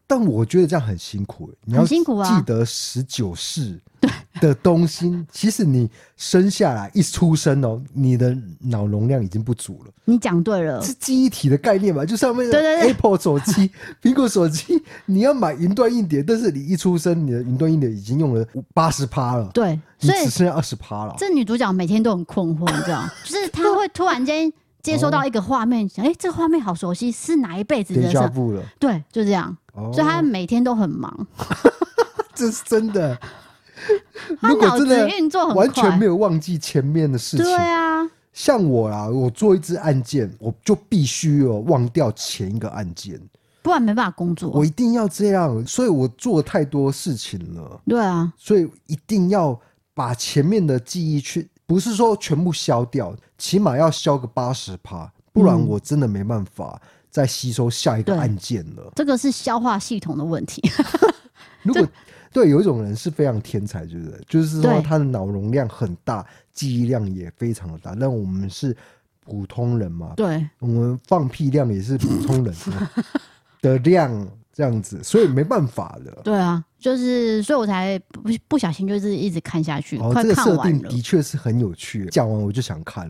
但我觉得这样很辛苦，你要很辛苦啊记得19世的东西，其实你生下来一出生哦，你的脑容量已经不足了。 你讲对了， 是记忆体的概念嘛？就上面的对对对 Apple 手机、苹果手机，你要买云端硬碟，但是你一出生，你的云端硬碟已经用了80%了， 对， 你所以只剩下20%了。 这女主角每天都很困惑，你知道，就是她会突然间接收到一个画面，想，这个画面好熟悉，是哪一辈子的点事？ 加布了， 对，就这样，所以她每天都很忙， 这是真的。 她如果脑子真的运作很快， 完全没有忘记前面的事情， 对啊， 像我啦，我做一支案件，我就必须忘掉前一个案件， 不然没办法工作。 我一定要这样，所以我做太多事情了。 对啊， 所以一定要把前面的记忆不是说全部消掉，起码要消个80%，不然我真的没办法再吸收下一个案件了。 这个是消化系统的问题。 如果对有一种人是非常天才，就是说对他的脑容量很大，记忆量也非常的大，但我们是普通人嘛， 对， 我们放屁量也是普通人的量这样子，所以没办法的。 对啊，就是所以我才不小心就是一直看下去，快这个设看完了。 定的确是很有趣，讲完我就想看了。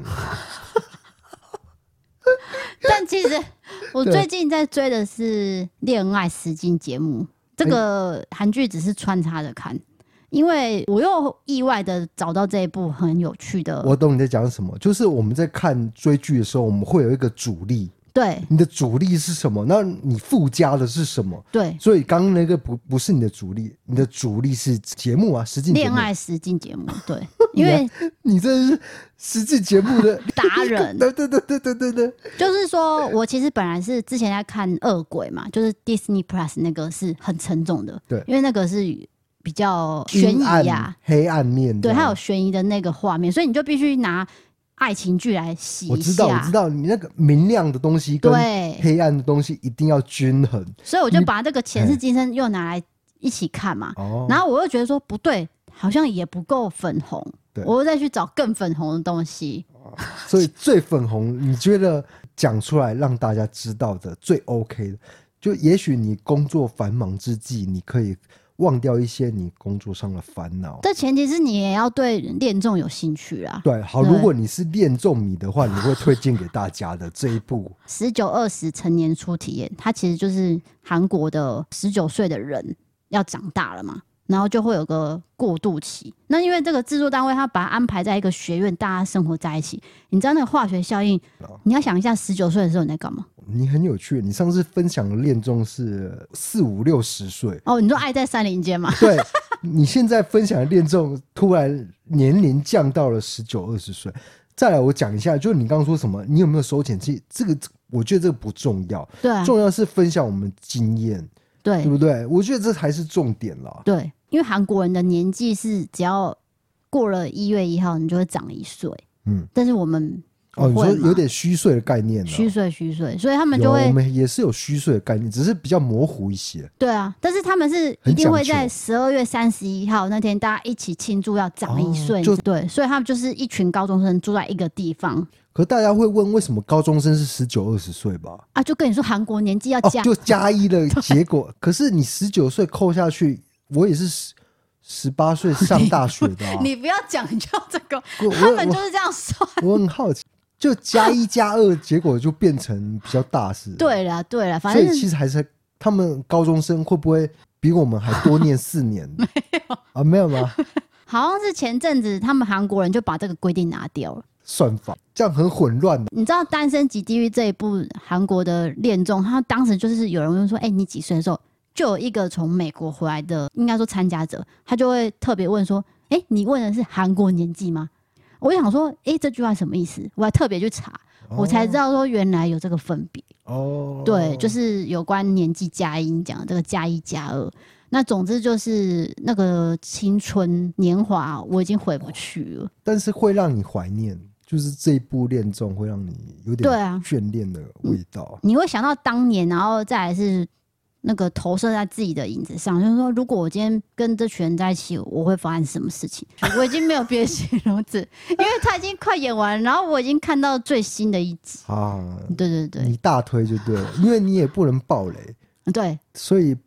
但其实我最近在追的是《恋爱实境节目》，这个韩剧只是穿插着看，因为我又意外的找到这一部很有趣的。 我懂你在讲什么，就是我们在看追剧的时候，我们会有一个主力。 对， 你的主力是什么？那你附加的是什么？ 对， 所以刚刚那个不是你的主力，你的主力是节目啊，实境节目。 恋爱实境节目，对，因为你这是实境节目的达人。 对对对对对对对， 就是说我其实本来是之前在看《恶鬼》嘛，就是 Disney Plus 那个是很沉重的， 对， 因为那个是比较悬疑啊， 黑暗面， 对，它有悬疑的那个画面，所以你就必须拿爱情剧来洗一下。 我知道，你那个明亮的东西跟对黑暗的东西一定要均衡。 所以我就把这个前世今生又拿来一起看嘛，然后我又觉得说不对，好像也不够粉红，我又再去找更粉红的东西。 所以最粉红，你觉得讲出来让大家知道的最 OK 的，就也许你工作繁忙之际，你可以忘掉一些你工作上的烦恼。 这前提是你也要对恋综有兴趣啦。 对，好，如果你是恋综迷的话，你会推荐给大家的这一部 19、20成年初体验，它其实就是韩国的19岁的人要长大了嘛，然后就会有个过渡期。那因为这个制作单位他把它安排在一个学院，大家生活在一起，你知道那个化学效应，你要想一下19岁的时候你在干嘛？ 你很有趣，你上次分享的恋综是4、5、60岁哦，你说爱在山林间嘛？ 对，你现在分享的恋综突然年龄降到了19、20岁。再来，我讲一下，就是你刚刚说什么，你有没有收钱？其实这个我觉得这个不重要， 对啊， 重要是分享我们经验， 对， 对不对？我觉得这才是重点啦。 对，因为韩国人的年纪是只要过了1月1号，你就会长1岁，但是我们。 你说有点虚岁的概念， 虚岁，所以他们就会， 我们也是有虚岁的概念，只是比较模糊一些。 对啊，但是他们是一定会在12月31号那天，大家一起庆祝要长1岁，对，所以他们就是一群高中生住在一个地方。 可大家会问，为什么高中生是19、20岁吧？ 啊，就跟你说韩国年纪要加， 就加1的结果。可是你19岁扣下去，我也是18岁上大学的啊。 你不要讲究这个，他们就是这样算。 我很好奇。就加1加2，结果就变成比较大事。 对了，反正所以其实还是他们高中生会不会比我们还多念4年？没有啊，没有吗？ 好像是前阵子他们韩国人就把这个规定拿掉了， 算法这样很混乱。 你知道《单身即地狱》这一部韩国的恋综，他当时就是有人问说：“你几岁的时候？”就有一个从美国回来的，应该说参加者，他就会特别问说：“你问的是韩国年纪吗？”我就想说，这句话什么意思？我还特别去查，我才知道说原来有这个分别。对，就是有关年纪加1，你讲的这个加1加2。那总之就是那个青春年华，我已经回不去了。 但是会让你怀念，就是这一部恋综会让你有点眷恋的味道。 你会想到当年，然后再来是。那个投射在自己的影子上，就是说，如果我今天跟这群人在一起，我会发生什么事情？我已经没有别的形容词，因为他已经快演完，然后我已经看到最新的一集啊。对， 你大推就对了，因为你也不能爆雷， 对， 所以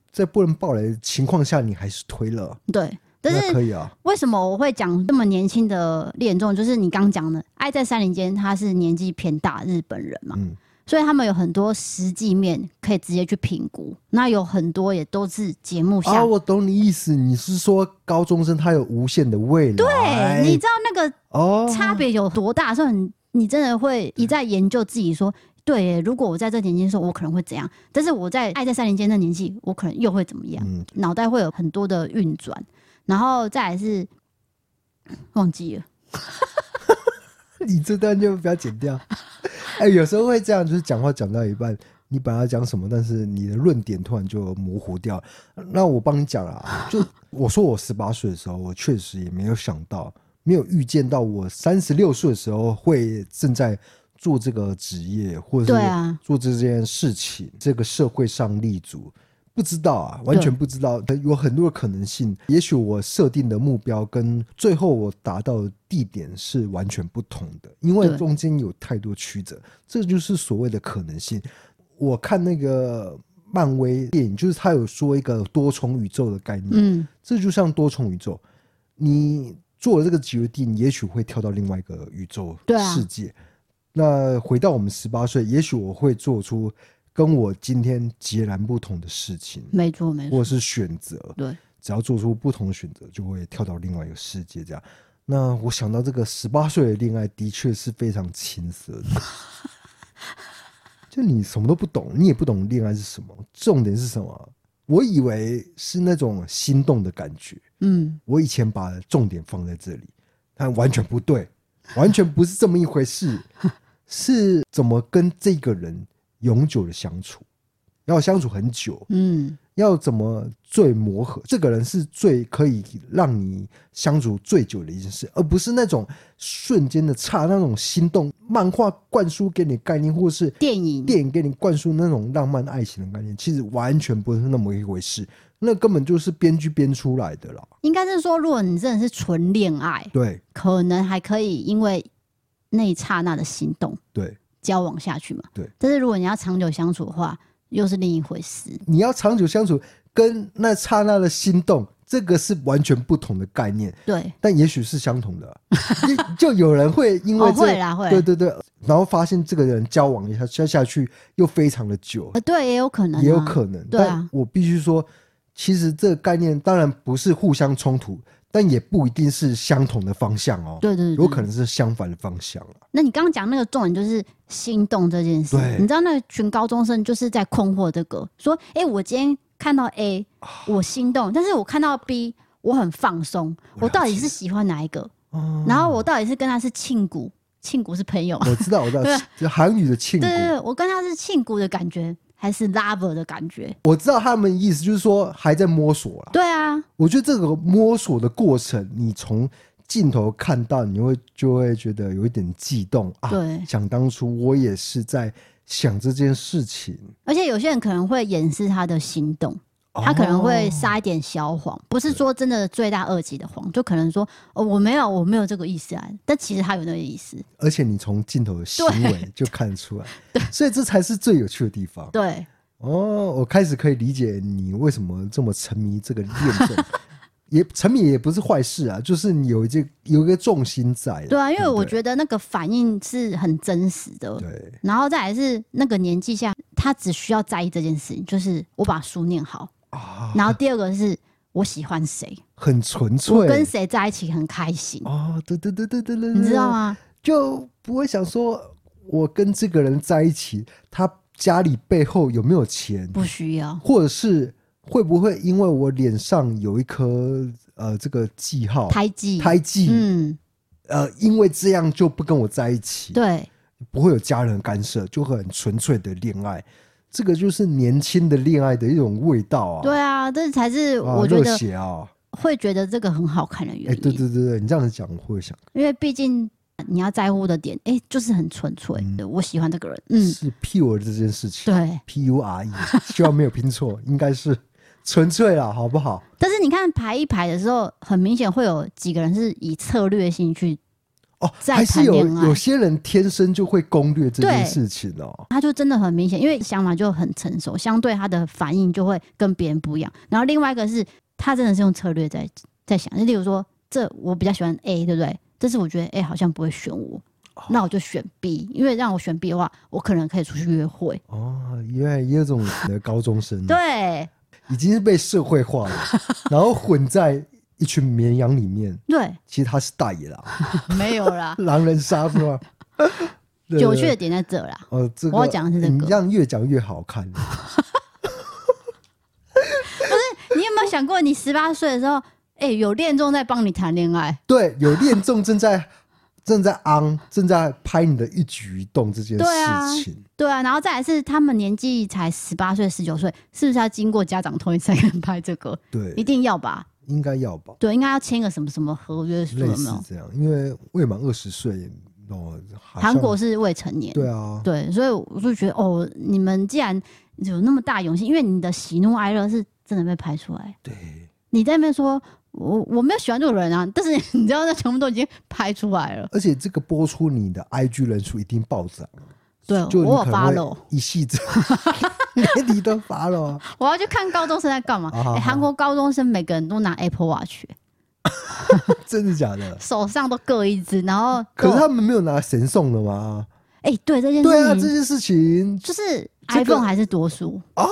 在不能爆雷的情况下，你还是推了， 对。但是那可以啊。 为什么我会讲这么年轻的恋综？就是你刚讲的《爱在山林间》，他是年纪偏大日本人嘛，所以他们有很多实际面可以直接去评估。那有很多也都是节目下我懂你意思，你是说高中生他有无限的未来？ 对，你知道那个差别有多大？所以你真的会一再研究自己说。对，如果我在这年纪的时候，我可能会怎样？但是我在爱在山林间那年纪，我可能又会怎么样？脑袋会有很多的运转，然后再来是忘记了。 你这段就不要剪掉。有时候会这样，就是讲话讲到一半，你本来要讲什么，但是你的论点突然就模糊掉。那我帮你讲啦，就我说我18岁的时候，我确实也没有想到，没有预见到我36岁的时候会正在做这个职业，或者是做这件事情，这个社会上立足，不知道啊，完全不知道，有很多的可能性。也许我设定的目标跟最后我达到的地点是完全不同的，因为中间有太多曲折，这就是所谓的可能性。我看那个漫威电影，就是他有说一个多重宇宙的概念，这就像多重宇宙，你做了这个决定，也许会跳到另外一个宇宙世界。那回到我们18岁，也许我会做出跟我今天截然不同的事情， 没错没错， 或者是选择。 对， 只要做出不同的选择，就会跳到另外一个世界。这样，那我想到这个18岁的恋爱，的确是非常青涩的。就你什么都不懂，你也不懂恋爱是什么，重点是什么？我以为是那种心动的感觉。我以前把重点放在这里，但完全不对。完全不是这么一回事，是怎么跟这个人永久的相处，要相处很久，要怎么最磨合，这个人是最可以让你相处最久的一件事，而不是那种瞬间的差那种心动。漫画灌输给你概念，或是电影给你灌输那种浪漫爱情的概念，其实完全不是那么一回事，那根本就是编剧编出来的啦。应该是说，如果你真的是纯恋爱， 对， 可能还可以因为那一刹那的心动， 对， 交往下去嘛。 对， 但是如果你要长久相处的话，又是另一回事。 你要长久相处，跟那刹那的心动，这个是完全不同的概念。 对， 但也许是相同的。就有人会因为会啦，会， 对对对，然后发现这个人交往下去又非常的久。 对，也有可能， 也有可能。 对啊， 但我必须说，其实这个概念当然不是互相冲突，但也不一定是相同的方向哦。 对对对， 有可能是相反的方向啊。 那你刚刚讲那个重点就是心动这件事，你知道那群高中生就是在困惑这个，说，我今天看到 A， 我心动，但是我看到 B， 我很放松，我到底是喜欢哪一个？然后我到底是跟他是庆骨是朋友， 我知道，就韩语的庆骨， 对，我跟他是庆骨的感觉，还是 lover 的感觉？ 我知道他们的意思就是说还在摸索啦。 对啊， 我觉得这个摸索的过程，你从镜头看到，就会觉得有一点悸动啊。 对， 想当初我也是在想这件事情， 而且有些人可能会掩饰他的心动。他可能会撒一点小谎，不是说真的罪大恶极的谎，就可能说我没有这个意思啊，但其实他有那个意思。 而且你从镜头的行为就看得出来，所以这才是最有趣的地方。 对， 我开始可以理解你为什么这么沉迷这个恋综。也沉迷也不是坏事啊，就是你有一个重心在。 对啊，因为我觉得那个反应是很真实的。 对， 然后再来是那个年纪下，他只需要在意这件事情，就是我把书念好。然后第二个是我喜欢谁， 很纯粹， 我跟谁在一起很开心。 对， 你知道吗？ 就不会想说我跟这个人在一起，他家里背后有没有钱， 不需要， 或者是会不会因为我脸上有一颗这个记号胎记， 因为这样就不跟我在一起。 对， 不会有家人干涉，就很纯粹的恋爱。这个就是年轻的恋爱的一种味道啊！ 对啊，这才是我觉得热血啊， 会觉得这个很好看的原因。 对，你这样子讲我会想， 因为毕竟你要在乎的点，就是很纯粹的，我喜欢这个人， 是 pure 这件事情， 对 ，pure， 希望没有拼错，应该是纯粹啦，好不好？ 但是你看排一排的时候，很明显会有几个人是以策略性去哦， 在还是有谈恋爱有些人天生就会攻略这件事情哦。 他就真的很明显，因为想法就很成熟，相对他的反应就会跟别人不一样。然后另外一个是他真的是用策略在想，就例如说，这我比较喜欢 A， 对不对？但是我觉得 A 好像不会选我，那我就选 B， 因为让我选 B 的话，我可能可以出去约会。 哦，原来也有这种的高中生， 对已经是被社会化了，然后混在一群绵羊里面。 对， 其实他是大野狼， 没有啦， 狼人杀是吧？对有趣的点在这啦。 这个我要讲的是这个你这样越讲越好看。 你有没有想过，你18岁的时候，有恋综在帮你谈恋爱？ 对，有恋综正在拍你的一举一动这件事情。 对啊，然后再来是他们年纪才18岁、19岁，是不是要经过家长同意才能拍这个？ 对， 一定要吧？ 应该要吧？ 对，应该要签个什么什么合约书， 类似有没有？ 这样，因为未满20岁哦，好像韩国是未成年， 对啊， 对，所以我就觉得你们既然有那么大勇气，因为你的喜怒哀乐是真的被拍出来。 对， 你在那边说我没有喜欢这种人啊，但是你知道那全部都已经拍出来了。 而且这个播出，你的 IG 人数一定暴涨。 对， 就我有可能会 follow， 一系之连你都follow 啊。 我要去看高中生在干嘛。韩国高中生每个人都拿 Apple Watch， 真的假的？ 手上都各一只，然后可是他们没有拿神送的吗？ 对这件事情， 对啊，这件事情就是 iPhone 还是多数啊。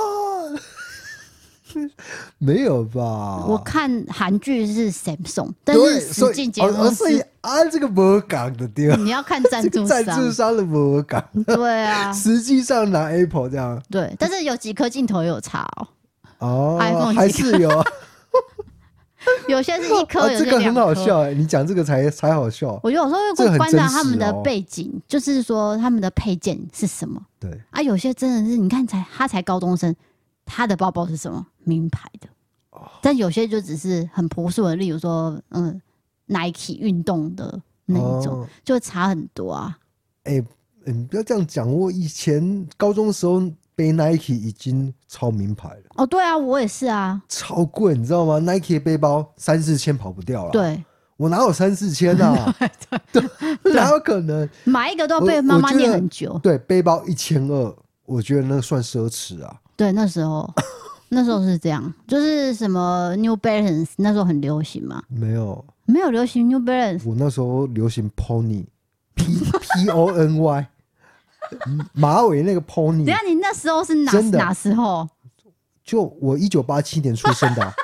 没有吧？ 我看韩剧是 Samsung， 但是实境节目所以这个没讲的对吧？ 你要看赞助商， 赞助商的没讲。 对啊， 实际上拿 Apple 这样。 对，但是有几颗镜头有差哦。 iPhone 还是有， 有些是一颗，有些这个很好 2颗笑你讲这个才好笑。 我有时候会观察他们的背景，就是说他们的配件是什么。 对啊，有些真的是你看他才高中生，他的包包是什么名牌的，但有些就只是很朴素的，例如说Nike 运动的那一种，就差很多啊。 你不要这样讲，我以前高中的时候背 Nike 已经超名牌了。 对啊，我也是啊， 超贵，你知道吗 ？Nike 的背包3-4千跑不掉了。 对， 我哪有3-4千啊？对，哪有可能？ 买一个都要被妈妈念很久。 对，背包1200，我觉得那算奢侈啊。 对，那时候是这样，就是什么 New Balance 那时候很流行嘛？ 没有流行 New Balance， 我那时候流行 Pony，P-O-N-Y， 马尾那个 Pony。 等一下你那时候是哪时候？ 就我1987年出生的啊。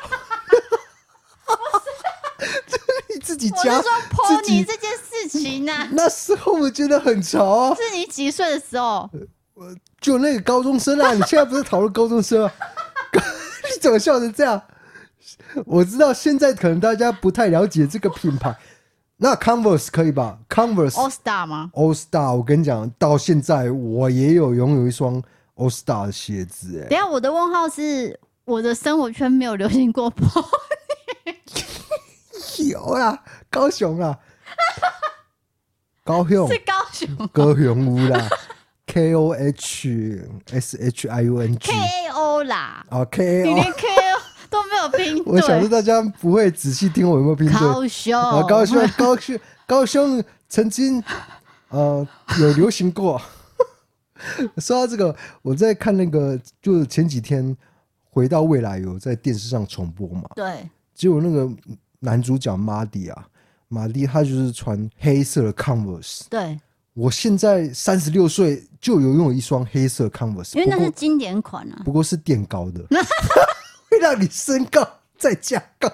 你自己加。 我是说 Pony 这件事情啊。 那时候我觉得很潮啊。 是你几岁的时候？ 就那个高中生啊，你现在不是讨论高中生啊？你怎么笑成这样？我知道现在可能大家不太了解这个品牌，那 Converse 可以吧 ？Converse All Star 吗 ？All Star， 我跟你讲，到现在我也拥有一双 All Star 的鞋子。 等一下我的问号是我的生活圈没有流行过 Pony。 有啦，高雄啦，高雄是高雄， 高雄屋啦。KOHSHIUNG KO 啦 ，KO， 你连 KO 都没有拼对。 我想说大家不会仔细听我有没有拼对。高雄曾经有流行过。说到这个，我在看那个，就是前几天回到未来有在电视上重播嘛， 对， 结果那个男主角马蒂他就是穿黑色的 Converse。 对， 我现在36岁就有拥有一双黑色 Converse， 因为那是经典款啊。 不过是垫高的，会让你身高再加高，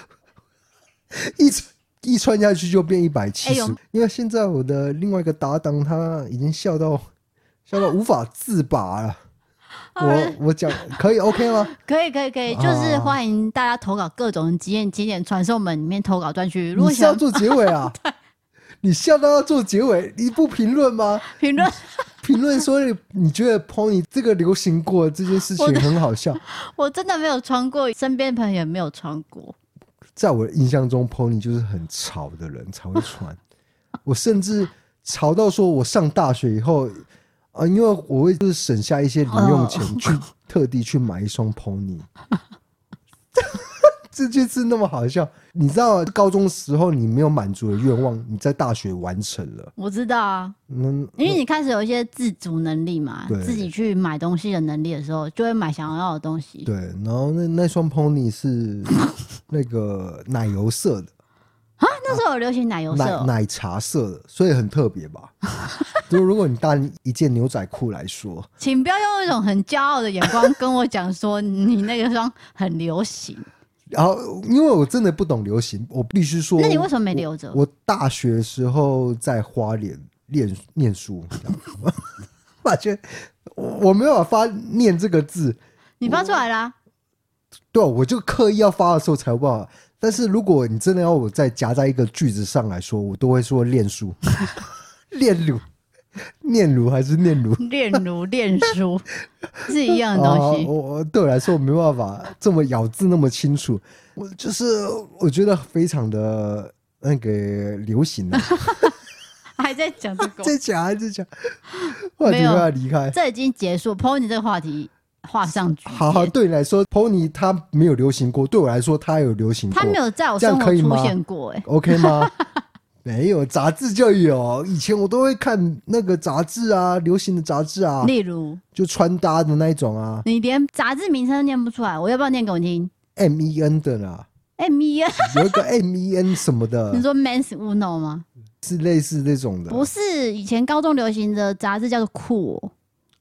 一穿下去就变170。因为现在我的另外一个搭档他已经笑到无法自拔了。我讲可以 OK 吗？ 可以，就是欢迎大家投稿各种经典传送门里面投稿专区。如果你是要做结尾啊？你笑到要做结尾，你不评论吗？ 评论说你觉得 Pony 这个流行过这件事情很好笑。 我真的没有穿过，身边朋友也没有穿过。 在我的印象中 Pony 就是很潮的人才会穿。我甚至潮到说我上大学以后因为我会就是省下一些零用钱去特地去买一双 Pony。 这件事那么好笑。你知道高中时候你没有满足的愿望，你在大学完成了。 我知道啊，因为你开始有一些自主能力嘛，自己去买东西的能力的时候，就会买想要的东西。 对，然后那双 pony 是那个奶油色的啊，那时候有流行奶油色、 奶茶色的，所以很特别吧。就如果你搭一件牛仔裤来说， 请不要用一种很骄傲的眼光跟我讲说你那个双很流行。 然后，因为我真的不懂流行，我必须说， 那你为什么没留着？ 我大学的时候在花莲念书，发现我没有办法念这个字。 你发出来啦？ 对，我就刻意要发的时候才有办法。但是如果你真的要我再夹在一个句子上来说，我都会说练书、练乳。念儒还是念儒？ 练儒练书是一样的东西。 对我来说，我没办法这么咬字那么清楚。我觉得非常的那个流行啊。 还在讲这个？ 在讲，话题要离开。 这已经结束 ，Pony 这个话题画上句点。 好，对你来说 ，Pony 它没有流行过，对我来说，它有流行过。 它没有在我生活出现过、 OK 吗？没有，杂志就有。以前我都会看那个杂志啊，流行的杂志啊， 例如就穿搭的那一种啊。 你连杂志名称都念不出来，我要不要念给我听 ？MEN 的啦 ，MEN 有一个 MEN 什么的。 你说 Men's Uno 吗？ 是类似这种的。 不是，以前高中流行的杂志叫做酷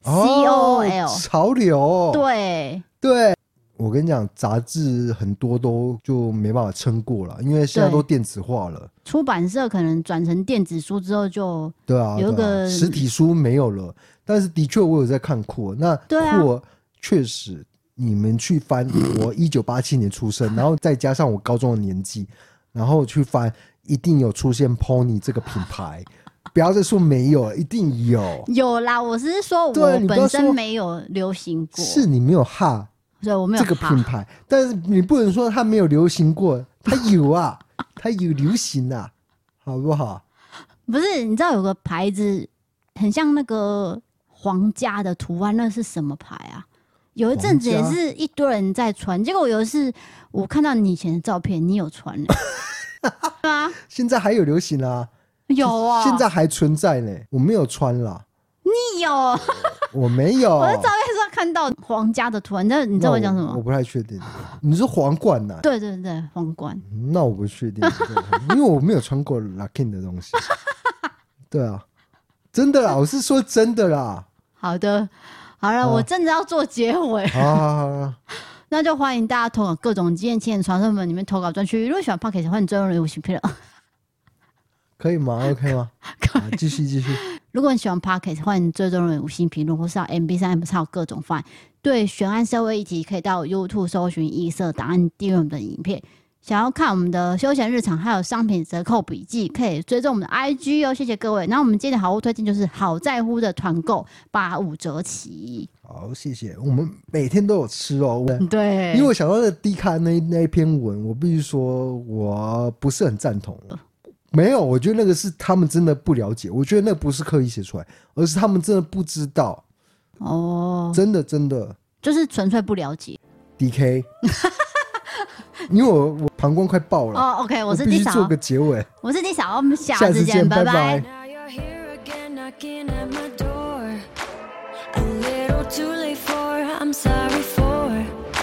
，COL 潮流。对。我跟你讲，杂志很多都就没办法撑过了，因为现在都电子化了。 出版社可能转成电子书之后就对啊， 有一个实体书没有了。但是的确我有在看酷，那酷确实，你们去翻我1987年出生，然后再加上我高中的年纪，然后去翻，一定有出现 Pony 这个品牌。不要再说没有，一定有。 有啦，我是说我本身没有流行过， 是你没有哈。 对，我没有这个品牌，但是你不能说它没有流行过，它有啊，它有流行啊，好不好？ 不是，你知道有个牌子很像那个皇家的图案，那是什么牌啊？有一阵子也是一堆人在穿，结果有一次我看到你以前的照片，你有穿对啊， 现在还有流行啊， 有啊， 现在还存在呢，我没有穿啦。 你有？ 我没有。 我在照片上看到皇家的图案，那你知道我讲什么？ 我不太确定。你是皇冠呐？ 对，皇冠。 那我不确定，因为我没有穿过 Luckin 的东西。对啊，真的啦，我是说真的啦。 好的，好了，我真的要做结尾。 好。 那就欢迎大家投稿各种经验、亲眼传送门里面投稿专区。如果喜欢 Podcast， 欢迎追踪5星评论。 可以吗 ？OK 吗？继续。 如果你喜欢 Podcast， 欢迎追踪5星评论，或是到 MB3 MB 各种范。对悬案社会议题，可以到 YouTube 搜寻异色档案，订阅我们的影片。想要看我们的休闲日常，还有商品折扣笔记，可以追踪我们的 IG 哦。谢谢各位。然后我们今天的好物推荐就是好在乎的团购85折起。 好，谢谢。我们每天都有吃哦。 对， 因为我想到的低卡那一篇文，我必须说我不是很赞同。没有，我觉得那个是他们真的不了解，我觉得那不是刻意写出来，而是他们真的不知道。哦，真的就是纯粹不了解。 DK 因为我膀胱快爆了。 OK， 我是必须做个结尾。 我是 Lisa， 我们下次见，拜拜。I'm sorry for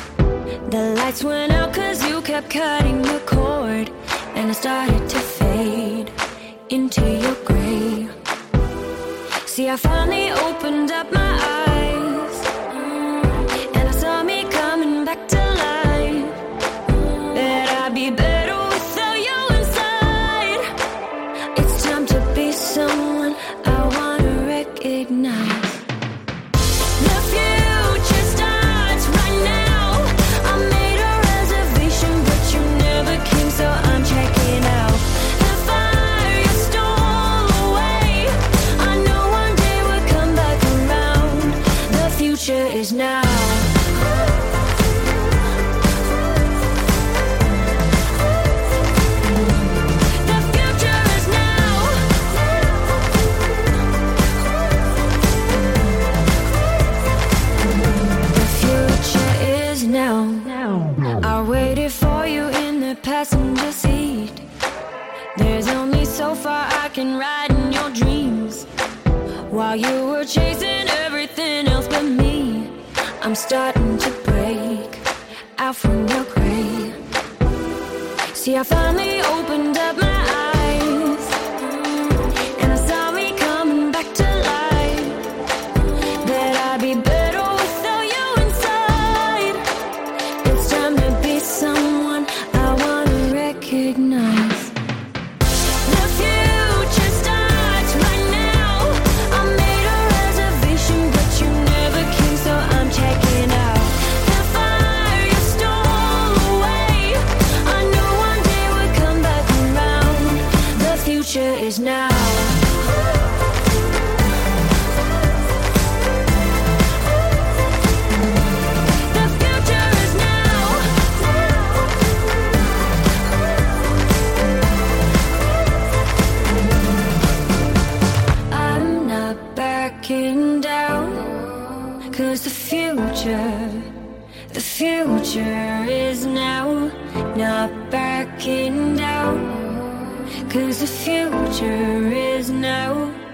the lights went out 'cause you kept cutting the cord, and I started to fade into your grave. See, I finally opened up my eyes, and I saw me coming back to life. That I'd be better without you inside. It's time to be someone I wanna recognize. Is now. The future is now. The future is now. I waited for you back and ride in your dreams while you were chasing everything else but me. I'm starting to break out from your grave. See, I finally opened up my eyes and I saw me coming back to life. That I'd be better without you inside. It's time to be someone I wanna recognize. The future starts right now. I made a reservation, but you never came, so I'm checking out. The fire you stole away, I knew one day would come back around. The future is now. The future is now. I'm not backing down, 'cause the future is now. Not backing down, 'cause the future is now.